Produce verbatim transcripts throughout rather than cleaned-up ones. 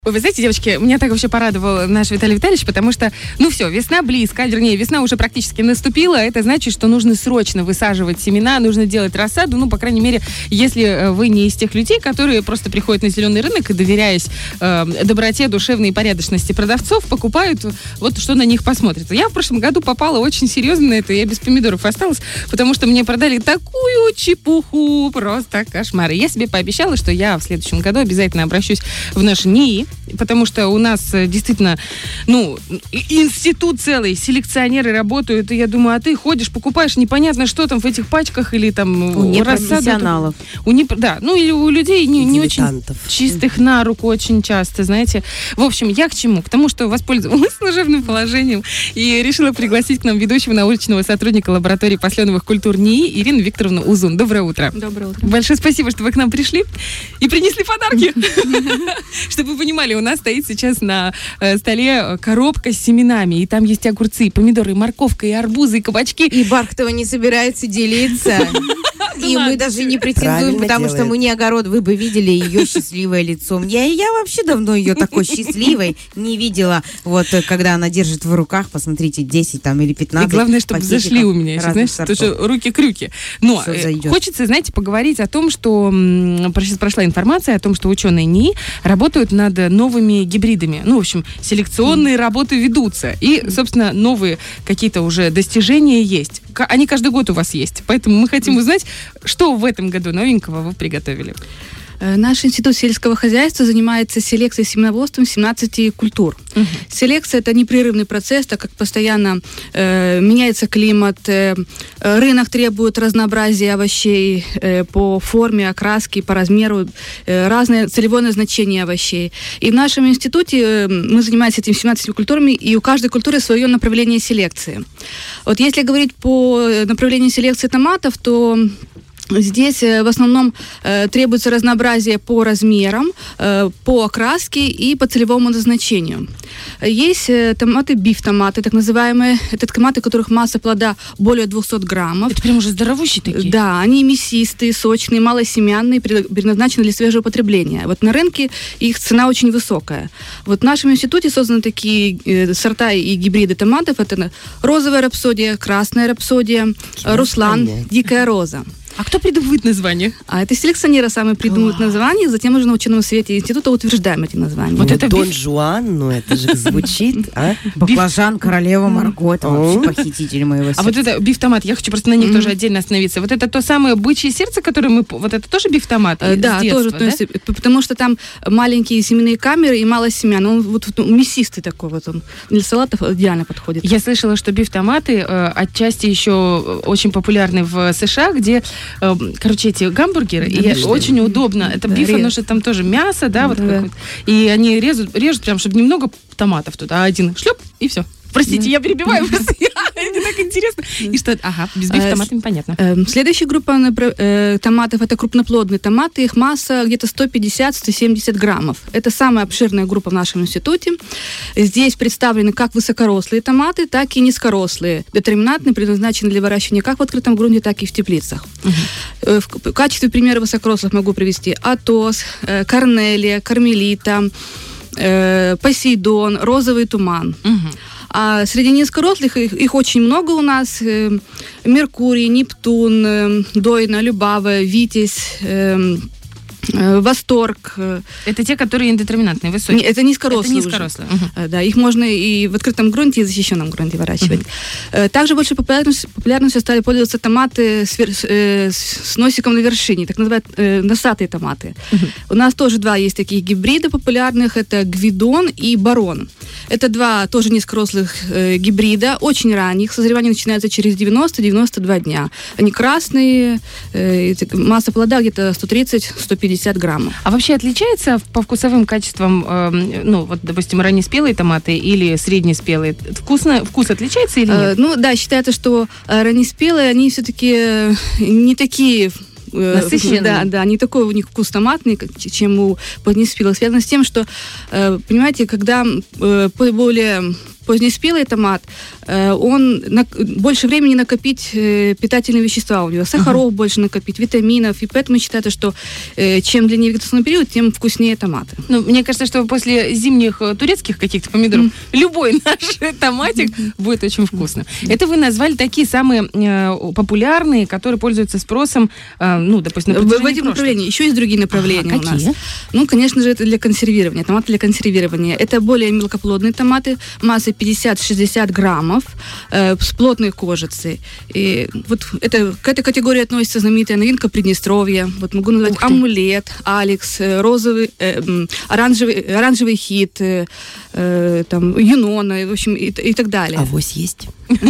Вы знаете, девочки, меня так вообще порадовал наш Виталий Витальевич, потому что, ну все, весна близко, вернее, весна уже практически наступила. Это значит, что нужно срочно высаживать семена, нужно делать рассаду. Ну, по крайней мере, если вы не из тех людей, которые просто приходят на зеленый рынок и, доверяясь э, доброте, душевной и порядочности продавцов, покупают вот что на них посмотрится. Я в прошлом году попала очень серьезно на это, я без помидоров осталась, потому что мне продали такую чепуху, просто кошмар. И я себе пообещала, что я в следующем году обязательно обращусь в наш НИИ, потому что у нас действительно, ну, институт целый, селекционеры работают, и я думаю, а ты ходишь, покупаешь непонятно, что там в этих пачках или там... У непрофессионалов. У не, да, ну или у людей не, не очень чистых на руку очень часто, знаете. В общем, я к чему? К тому, что воспользовалась служебным положением и решила пригласить к нам ведущего научного сотрудника лаборатории посленовых культур НИИ Ирину Викторовну Узун. Доброе утро. Доброе утро. Большое спасибо, что вы к нам пришли и принесли подарки. Чтобы вы понимали, у нас стоит сейчас на э, столе коробка с семенами, и там есть огурцы, и помидоры, и морковка, и арбузы, и кабачки. И Бархатова не собирается делиться. И мы даже не претендуем, потому что мы не огород. Вы бы видели ее счастливое лицо. Я, я вообще давно ее такой счастливой не видела. Вот, когда она держит в руках, посмотрите, десять там или пятнадцать. И главное, чтобы зашли у меня еще, знаешь, тоже руки-крюки. Но хочется, знаете, поговорить о том, что сейчас прошла информация о том, что ученые НИИ работают над новыми гибридами. Ну, в общем, селекционные mm. работы ведутся. И, собственно, новые какие-то уже достижения есть. Они каждый год у вас есть. Поэтому мы хотим узнать, что в этом году новенького вы приготовили. Наш институт сельского хозяйства занимается селекцией семеноводством семнадцати культур. Uh-huh. Селекция – это непрерывный процесс, так как постоянно э, меняется климат, э, рынок требует разнообразия овощей э, по форме, окраске, по размеру, э, разное целевое назначение овощей. И в нашем институте э, мы занимаемся этими семнадцатью культурами, и у каждой культуры свое направление селекции. Вот если говорить по направлению селекции томатов, то здесь в основном э, требуется разнообразие по размерам, э, по окраске и по целевому назначению. Есть э, томаты, биф-томаты, так называемые. Это томаты, у которых масса плода более двести граммов. Это прям уже здоровущие такие? Да, они мясистые, сочные, малосемянные, предназначены для свежего потребления. Вот на рынке их цена очень высокая. Вот в нашем институте созданы такие э, сорта и гибриды томатов. Это розовая рапсодия, красная рапсодия, Руслан, дикая роза. А кто придумывает название? А это селекционеры сами придумывают названия, затем уже на ученом совете института утверждаем эти названия. Вот ну, это Дон биф... Жуан, ну это же звучит, а? Баклажан, королева Марго, это вообще похититель моего сердца. А вот это биф-томат, я хочу просто на них тоже отдельно остановиться. Вот это то самое бычье сердце, которое мы... Вот это тоже биф-томат? Да, тоже относится, потому что там маленькие семенные камеры и мало семян. Он вот мясистый такой вот, он для салатов идеально подходит. Я слышала, что биф-томаты отчасти еще очень популярны в США, где короче, эти гамбургеры, да, и очень да. удобно. Это да, биф, оно же там тоже мясо, да, вот да. И они режут, режут прям, чтобы немного томатов туда, один шлеп, и все. Простите, да. я перебиваю, просто мне так интересно. И что, ага, без биф-томатами понятно. Следующая группа томатов, это крупноплодные томаты, их масса где-то сто пятьдесят - сто семьдесят граммов. Это самая обширная группа в нашем институте. Здесь представлены как высокорослые томаты, так и низкорослые. Детерминантные, предназначены для выращивания как в открытом грунте, так и в теплицах. Угу. В качестве примера высокорослых могу привести Атос, Корнелия, Кармелита, Посейдон, Розовый туман. Угу. А среди низкорослых их, их очень много у нас. Э, Меркурий, Нептун, э, Дойна, Любава, Витязь, э, э, Восторг. Это те, которые индетерминантные, высокие? Не, это низкорослые. Это низкорослые. Угу. Да, их можно и в открытом грунте, и в защищенном грунте выращивать. Угу. Также большой популярностью, популярностью стали пользоваться томаты с, э, с носиком на вершине, так называемые э, носатые томаты. Угу. У нас тоже два есть таких гибрида популярных. Это Гвидон и Барон. Это два тоже низкорослых э, гибрида, очень ранних. Созревание начинается через девяносто - девяносто два дня. Они красные, э, масса плода где-то сто тридцать - сто пятьдесят граммов. А вообще отличается по вкусовым качествам, э, ну, вот, допустим, раннеспелые томаты или среднеспелые? Вкусно, вкус отличается или нет? Э, ну, да, считается, что раннеспелые, они все-таки не такие... насыщенный. Да, да, не такой у них вкус томатный, чем у позднеспелых. Связано с тем, что, понимаете, когда более позднеспелый томат, он на, больше времени накопить питательные вещества у него, сахаров uh-huh. больше накопить, витаминов, и поэтому считается, что чем длиннее вегетационный период, тем вкуснее томаты. Ну, мне кажется, что после зимних турецких каких-то помидоров mm. любой наш томатик mm-hmm. будет очень вкусным. Mm-hmm. Это вы назвали такие самые э, популярные, которые пользуются спросом, э, ну, допустим, на в, в этом направлении. Еще есть другие направления ага, у нас. Ну, конечно же, это для консервирования. Томаты для консервирования. Это более мелкоплодные томаты, массой пятьдесят-шестьдесят граммов, э, с плотной кожицей. И вот это, к этой категории относится знаменитая новинка Приднестровья. Вот могу назвать Амулет, Алекс, розовый, э, оранжевый, оранжевый хит, э, э, там, Юнона, в общем, и, и так далее. Авось есть?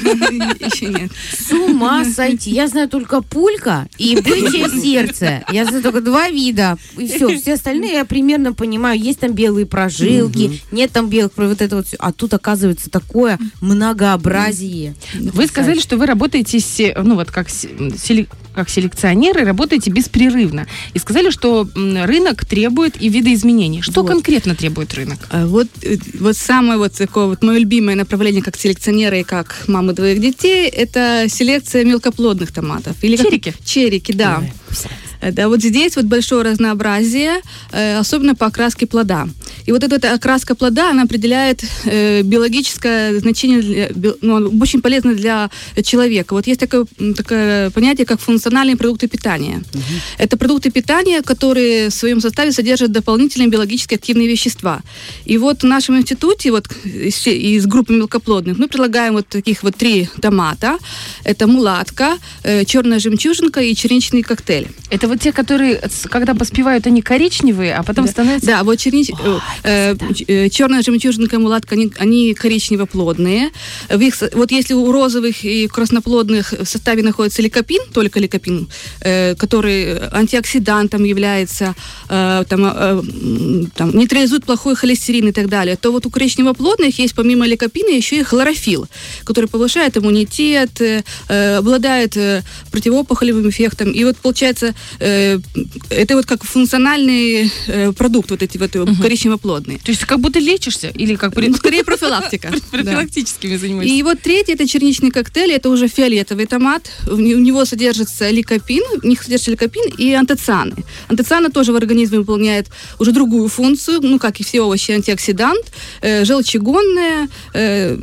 Еще нет. С ума сойти. Я знаю только пулька и бычье сердце. Я знаю только два вида. И все. Все остальные я примерно понимаю. Есть там белые прожилки, нет там белых, вот это вот все. А тут, оказывается, такое многообразие. Вы сказали, что вы работаете, ну вот как селек... как селекционеры, работаете беспрерывно. И сказали, что рынок требует и видоизменений. Что вот. конкретно требует рынок? Вот, вот самое вот такое вот мое любимое направление как селекционера и как мамы двоих детей, это селекция мелкоплодных томатов. Или черики? Как... Черики, да. Да, вот здесь вот большое разнообразие, э, особенно по окраске плода. И вот эта, эта окраска плода, она определяет э, биологическое значение, для, би, ну, очень полезно для человека. Вот есть такое, такое понятие, как функциональные продукты питания. Угу. Это продукты питания, которые в своем составе содержат дополнительные биологически активные вещества. И вот в нашем институте, вот из, из группы мелкоплодных, мы предлагаем вот таких вот три томата. Это мулатка, э, черная жемчужинка и черничный коктейль. Это вот те, которые, когда поспевают, они коричневые, а потом да. становятся... Да, вот чернич... О, э, э, черная жемчужинка и мулатка, они, они коричнево-плодные. В их, вот если у розовых и красноплодных в составе находится ликопин, только ликопин, э, который антиоксидантом является, э, там, э, там, нейтрализует плохой холестерин и так далее, то вот у коричнево-плодных есть помимо ликопина еще и хлорофилл, который повышает иммунитет, э, обладает э, противоопухолевым эффектом. И вот получается, э, это вот как функциональный э, продукт, вот эти вот угу. коричнево-плодные. То есть как будто лечишься? Или как... Ну, скорее профилактика. Профилактическими занимаетесь. И вот третий, это черничный коктейль, это уже фиолетовый томат. У него содержится ликопин, в них содержится ликопин и антоцианы. Антоцианы тоже в организме выполняют уже другую функцию, ну, как и все овощи, антиоксидант, э, желчегонная, э,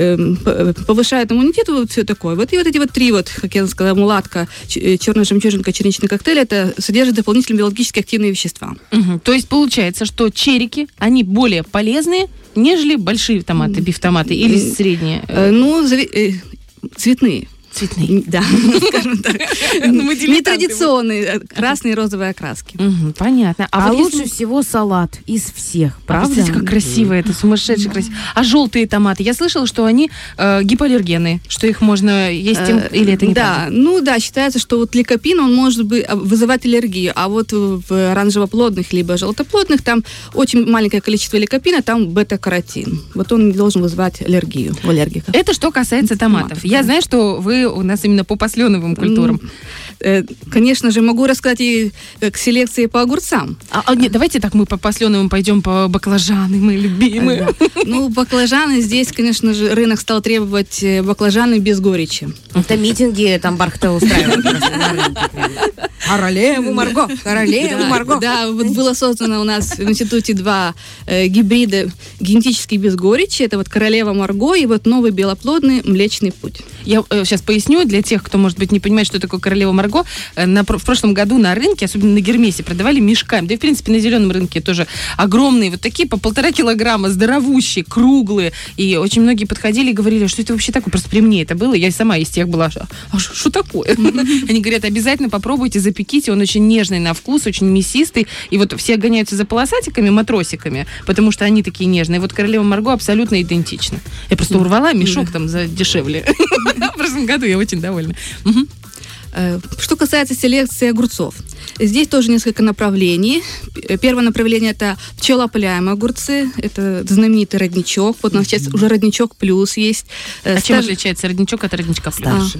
э, повышает иммунитет, вот все такое. Вот и вот эти вот три, вот, как я сказала, мулатка, черная жемчужинка, черничный коктейль, это содержит дополнительные биологически активные вещества. Угу. То есть получается, что черики, они более полезные, нежели большие томаты, бифтоматы или средние? Э, ну, зави- э, цветные. Цветные. Да, скажем так. Нетрадиционные красные и розовые окраски. Понятно. А лучше всего салат из всех, правда? Представляете, как красиво это, сумасшедше красиво. А желтые томаты? Я слышала, что они гипоаллергенные, что их можно есть, или это не так? Да, ну да, считается, что вот ликопин, он может вызывать аллергию, а вот в оранжево-плодных либо желтоплодных там очень маленькое количество ликопина, там бета-каротин. Вот он не должен вызывать аллергию у аллергиков. Это что касается томатов. Я знаю, что вы у нас именно по посленовым культурам. Конечно же, могу рассказать и к селекции по огурцам. А, а, нет, давайте так мы по посленовым пойдем, по баклажаны, мы любимые. Да. Ну, баклажаны, здесь, конечно же, рынок стал требовать баклажаны без горечи. Это митинги там Бархта устраивают. Королеву Марго, королеву Марго. Да, вот было создано у нас в институте два гибрида генетически без горечи. Это вот королева Марго и вот новый белоплодный Млечный Путь. Я сейчас поясню для тех, кто, может быть, не понимает, что такое королева Марго. На, в прошлом году на рынке, особенно на Гермесе, продавали мешками. Да и, в принципе, на зеленом рынке тоже огромные, вот такие по полтора килограмма, здоровущие, круглые. И очень многие подходили и говорили, что это вообще такое. Просто при мне это было. Я сама из тех была. А что такое? Они говорят, обязательно попробуйте, запеките. Он очень нежный на вкус, очень мясистый. И вот все гоняются за полосатиками, матросиками, потому что они такие нежные. Вот королева Марго абсолютно идентична. Я просто урвала мешок там за дешевле. В прошлом году я очень довольна. Что касается селекции огурцов, здесь тоже несколько направлений. Первое направление – это пчелоопыляемые огурцы. Это знаменитый родничок. Вот у нас сейчас уже родничок плюс есть. А Стаж... чем отличается родничок от родничка плюс?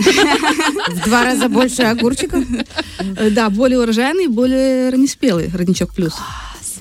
В два раза больше огурчиков? Да, более урожайный, более раннеспелый родничок плюс.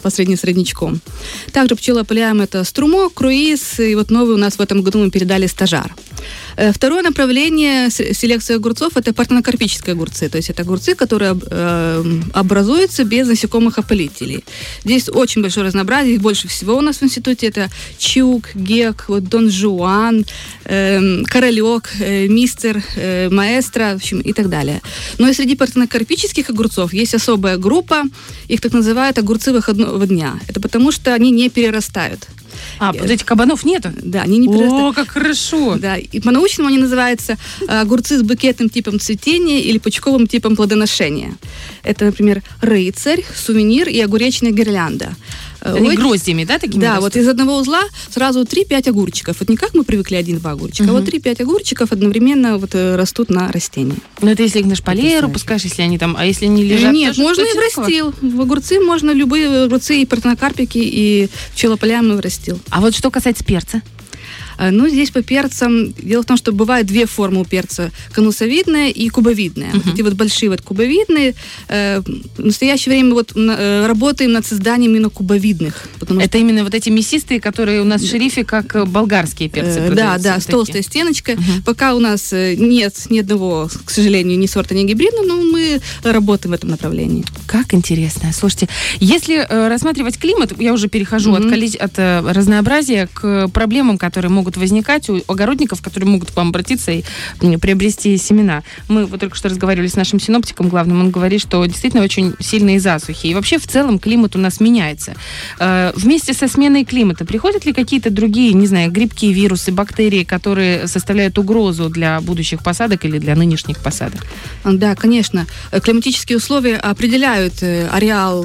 посредним среднячком. Также пчелоопыляем это струмок, круиз, и вот новый у нас в этом году мы передали стажар. Второе направление селекции огурцов – это партенокарпические огурцы. То есть это огурцы, которые э, образуются без насекомых опылителей. Здесь очень большое разнообразие, их больше всего у нас в институте. Это чук, гек, вот, дон Жуан, э, королек, э, мистер, э, маэстро, в общем, и так далее. Но и среди партенокарпических огурцов есть особая группа, их так называют огурцы выходного дня. Это потому, что они не перерастают. А, вот этих кабанов нету? Да, они не перерастают. О, как хорошо! Да, и по-научному они называются огурцы с букетным типом цветения или пучковым типом плодоношения. Это, например, рыцарь, сувенир и огуречная гирлянда. Они Ой, гроздями, да, такими? Да, растут? Вот из одного узла сразу три-пять огурчиков. Вот не как мы привыкли один-два огурчика, угу. а вот три-пять огурчиков одновременно вот растут на растении. Ну, это если их на шпалеру пускаешь, если они там, а если они лежат? Нет, можно и в растил. В огурцы можно любые огурцы, и партенокарпики, и пчелоопыляемый в растил. А вот что касается перца? Ну, здесь по перцам, дело в том, что бывает две формы у перца, конусовидная и кубовидная. Uh-huh. Вот эти вот большие вот кубовидные. Э, в настоящее время вот э, работаем над созданием именно кубовидных. Это что... именно вот эти мясистые, которые у нас в шерифе, как болгарские перцы э, Да, да, с толстой стеночкой. Uh-huh. Пока у нас нет ни одного, к сожалению, ни сорта, ни гибрида, но мы работаем в этом направлении. Как интересно. Слушайте, если э, рассматривать климат, я уже перехожу uh-huh. от, количе... от э, разнообразия к проблемам, которые могут возникать у огородников, которые могут к вам обратиться и приобрести семена. Мы вот только что разговаривали с нашим синоптиком главным, он говорит, что действительно очень сильные засухи. И вообще в целом климат у нас меняется. Э, вместе со сменой климата приходят ли какие-то другие, не знаю, грибки, вирусы, бактерии, которые составляют угрозу для будущих посадок или для нынешних посадок? Да, конечно. Климатические условия определяют э, ареал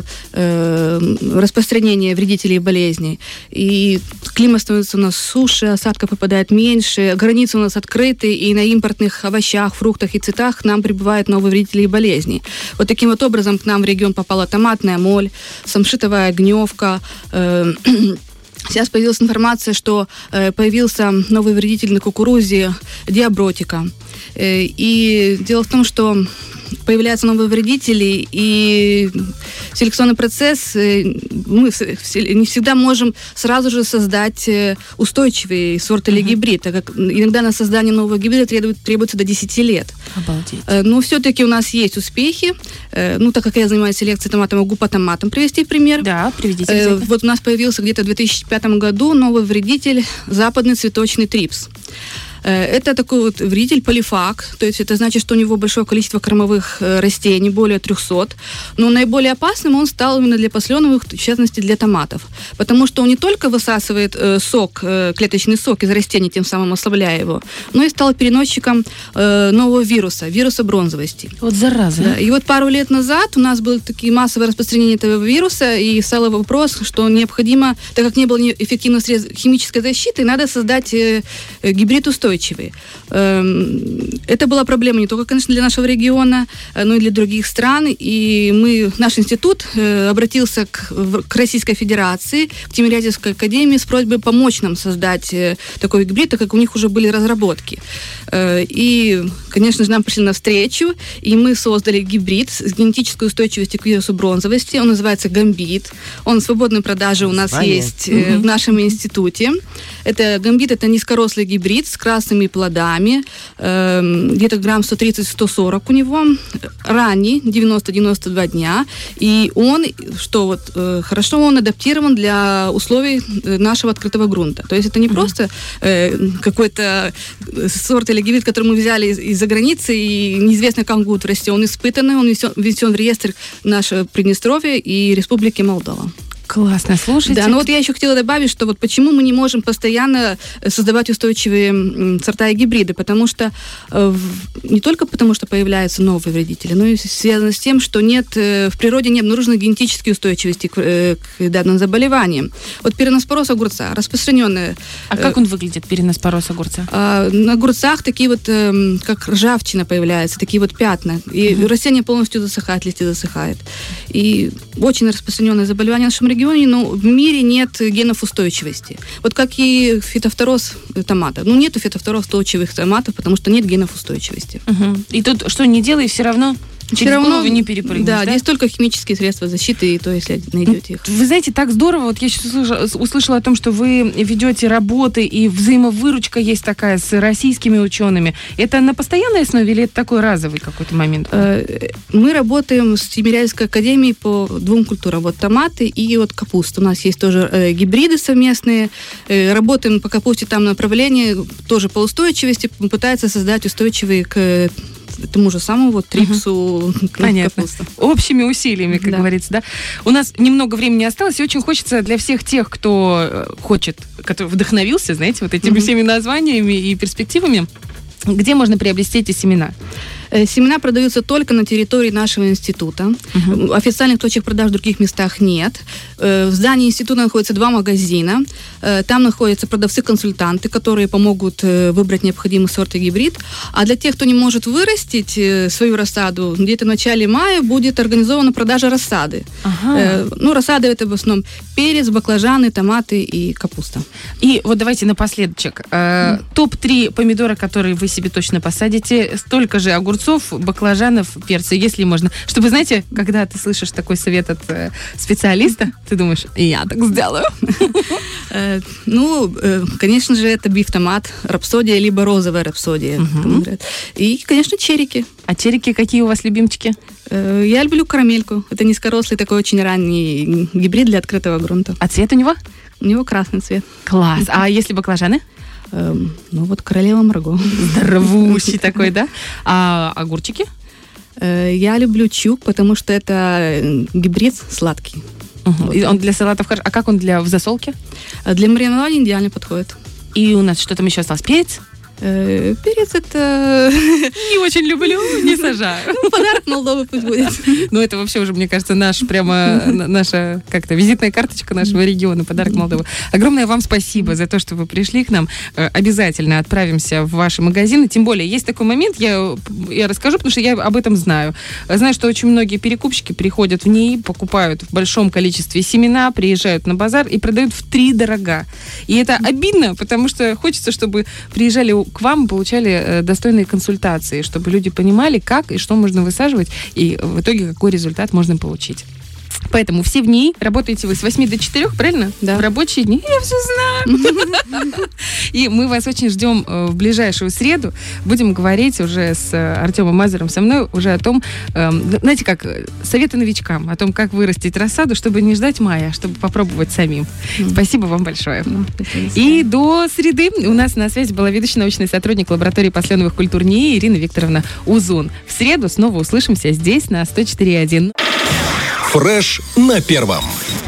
э, распространения вредителей и болезней. И климат становится у нас суше, осадков попадает меньше, границы у нас открыты, и на импортных овощах, фруктах и цветах к нам прибывают новые вредители и болезни. Вот таким вот образом к нам в регион попала томатная моль, самшитовая гневка. Э- Сейчас появилась информация, что э, появился новый вредитель на кукурузе, диабротика. Э, и дело в том, что появляются новые вредители, и селекционный процесс, мы не всегда можем сразу же создать устойчивый сорт или uh-huh. гибрид, так как иногда на создание нового гибрида требует, требуется до десяти лет. Обалдеть. Но все-таки у нас есть успехи. Ну, так как я занимаюсь селекцией томата, могу по томатам привести пример. Да, приведите. Обязательно. Вот у нас появился где-то в две тысячи пятом году новый вредитель западный цветочный трипс. Это такой вот вредитель полифаг, то есть это значит, что у него большое количество кормовых растений, более трехсот, но наиболее опасным он стал именно для посленовых, в частности для томатов, потому что он не только высасывает сок, клеточный сок из растений, тем самым ослабляя его, но и стал переносчиком нового вируса, вируса бронзовости. Вот зараза. Да. И вот пару лет назад у нас было такие массовое распространение этого вируса, и стал вопрос, что необходимо, так как не было эффективного средства химической защиты, надо создать гибрид устойчивый. Это была проблема не только, конечно, для нашего региона, но и для других стран. И мы, наш институт обратился к, к Российской Федерации, к Тимирязевской академии с просьбой помочь нам создать такой гибрид, так как у них уже были разработки. И, конечно же, нам пришли навстречу, и мы создали гибрид с генетической устойчивостью к вирусу бронзовости. Он называется гамбит. Он в свободной продаже у нас Понятно. есть угу. в нашем институте. Это гамбит, это низкорослый гибрид с красными плодами, э, где-то грамм сто тридцать - сто сорок у него, ранний, девяносто - девяносто два дня, и он, что вот э, хорошо, он адаптирован для условий нашего открытого грунта. То есть это не mm-hmm. просто э, какой-то сорт или гибрид, который мы взяли из- из-за границы, и неизвестно, как он будет расти. Он испытанный, он внесен в реестр нашего Приднестровья и Республики Молдова. Классно, слушайте. Да, но вот я еще хотела добавить, что вот почему мы не можем постоянно создавать устойчивые сорта и гибриды, потому что э, не только потому, что появляются новые вредители, но и связано с тем, что нет, э, в природе не обнаружено генетической устойчивости к, э, к данным заболеваниям. Вот переноспороз огурца, распространенная. А э, как он выглядит, переноспороз огурца? Э, на огурцах такие вот, э, как ржавчина появляется, такие вот пятна, и uh-huh. растение полностью засыхает, листья засыхает. И очень распространенное заболевание в нашем регионе, но в мире нет генов устойчивости. Вот как и фитофтороз томата. Ну, нету фитофтороз устойчивых томатов, потому что нет генов устойчивости. Угу. И тут что не делай, все равно... Через равно, голову не перепрыгнешь, да, да? здесь только химические средства защиты, и то, если найдете их. Вы знаете, так здорово. Вот я сейчас услышала, услышала о том, что вы ведете работы, и взаимовыручка есть такая с российскими учеными. Это на постоянной основе или это такой разовый какой-то момент? Мы работаем с Тимирязевской академией по двум культурам. Вот томаты и вот капуста. У нас есть тоже э, гибриды совместные. Э, работаем по капусте там направлении, тоже по устойчивости, пытается создать устойчивые к тому же самому вот трипсу. Угу. Понятно. Капуста. Общими усилиями, как да. говорится, да. У нас немного времени осталось, и очень хочется для всех тех, кто хочет, который вдохновился, знаете, вот этими угу. всеми названиями и перспективами, где можно приобрести эти семена? Семена продаются только на территории нашего института. Uh-huh. Официальных точек продаж в других местах нет. В здании института находятся два магазина. Там находятся продавцы-консультанты, которые помогут выбрать необходимый сорт и гибрид. А для тех, кто не может вырастить свою рассаду, где-то в начале мая будет организована продажа рассады. Uh-huh. Ну, рассада это в основном перец, баклажаны, томаты и капуста. И вот давайте напоследочек. Uh-huh. топ три помидора, которые вы себе точно посадите, столько же огурцов, баклажанов, перца, если можно. Чтобы, знаете, когда ты слышишь такой совет от э, специалиста, ты думаешь, я так сделаю. Ну, конечно же, это биф-томат, рапсодия, либо розовая рапсодия. И, конечно, черики. А черики какие у вас любимчики? Я люблю карамельку. Это низкорослый такой очень ранний гибрид для открытого грунта. А цвет у него? У него красный цвет. Класс. А если баклажаны? Эм, ну вот королева Марго. Здоровущий такой, да? А огурчики? Э, я люблю чук, потому что это гибрид сладкий. Угу. Вот. И он для салатов хорошо. А как он для в засолке? Для маринования идеально подходит. И у нас что там еще осталось? Перец? Э, перец это... Не очень люблю, не сажаю. Ну, подарок Молдовы пусть будет. Ну, это вообще уже, мне кажется, наш прямо, наша, как-то, визитная карточка нашего региона, подарок Молдовы. Огромное вам спасибо за то, что вы пришли к нам. Обязательно отправимся в ваши магазины. Тем более, есть такой момент, я, я расскажу, потому что я об этом знаю. Знаю, что очень многие перекупщики приходят в НИИ, покупают в большом количестве семена, приезжают на базар и продают втридорога. И это обидно, потому что хочется, чтобы приезжали к вам, получали э, достойные консультации, чтобы люди понимали, как и что можно высаживать, и в итоге какой результат можно получить. Поэтому все в НИИ, работаете вы с восьми до четырёх, правильно? Да. В рабочие дни. Я все знаю. И мы вас очень ждем в ближайшую среду. Будем говорить уже с Артемом Мазером, со мной, уже о том, знаете как, советы новичкам, о том, как вырастить рассаду, чтобы не ждать мая, чтобы попробовать самим. Спасибо вам большое. И до среды у нас на связи была ведущий научный сотрудник лаборатории посленовых культур НИИ Ирина Викторовна Узун. В среду снова услышимся здесь на сто четыре и один. Фреш на первом.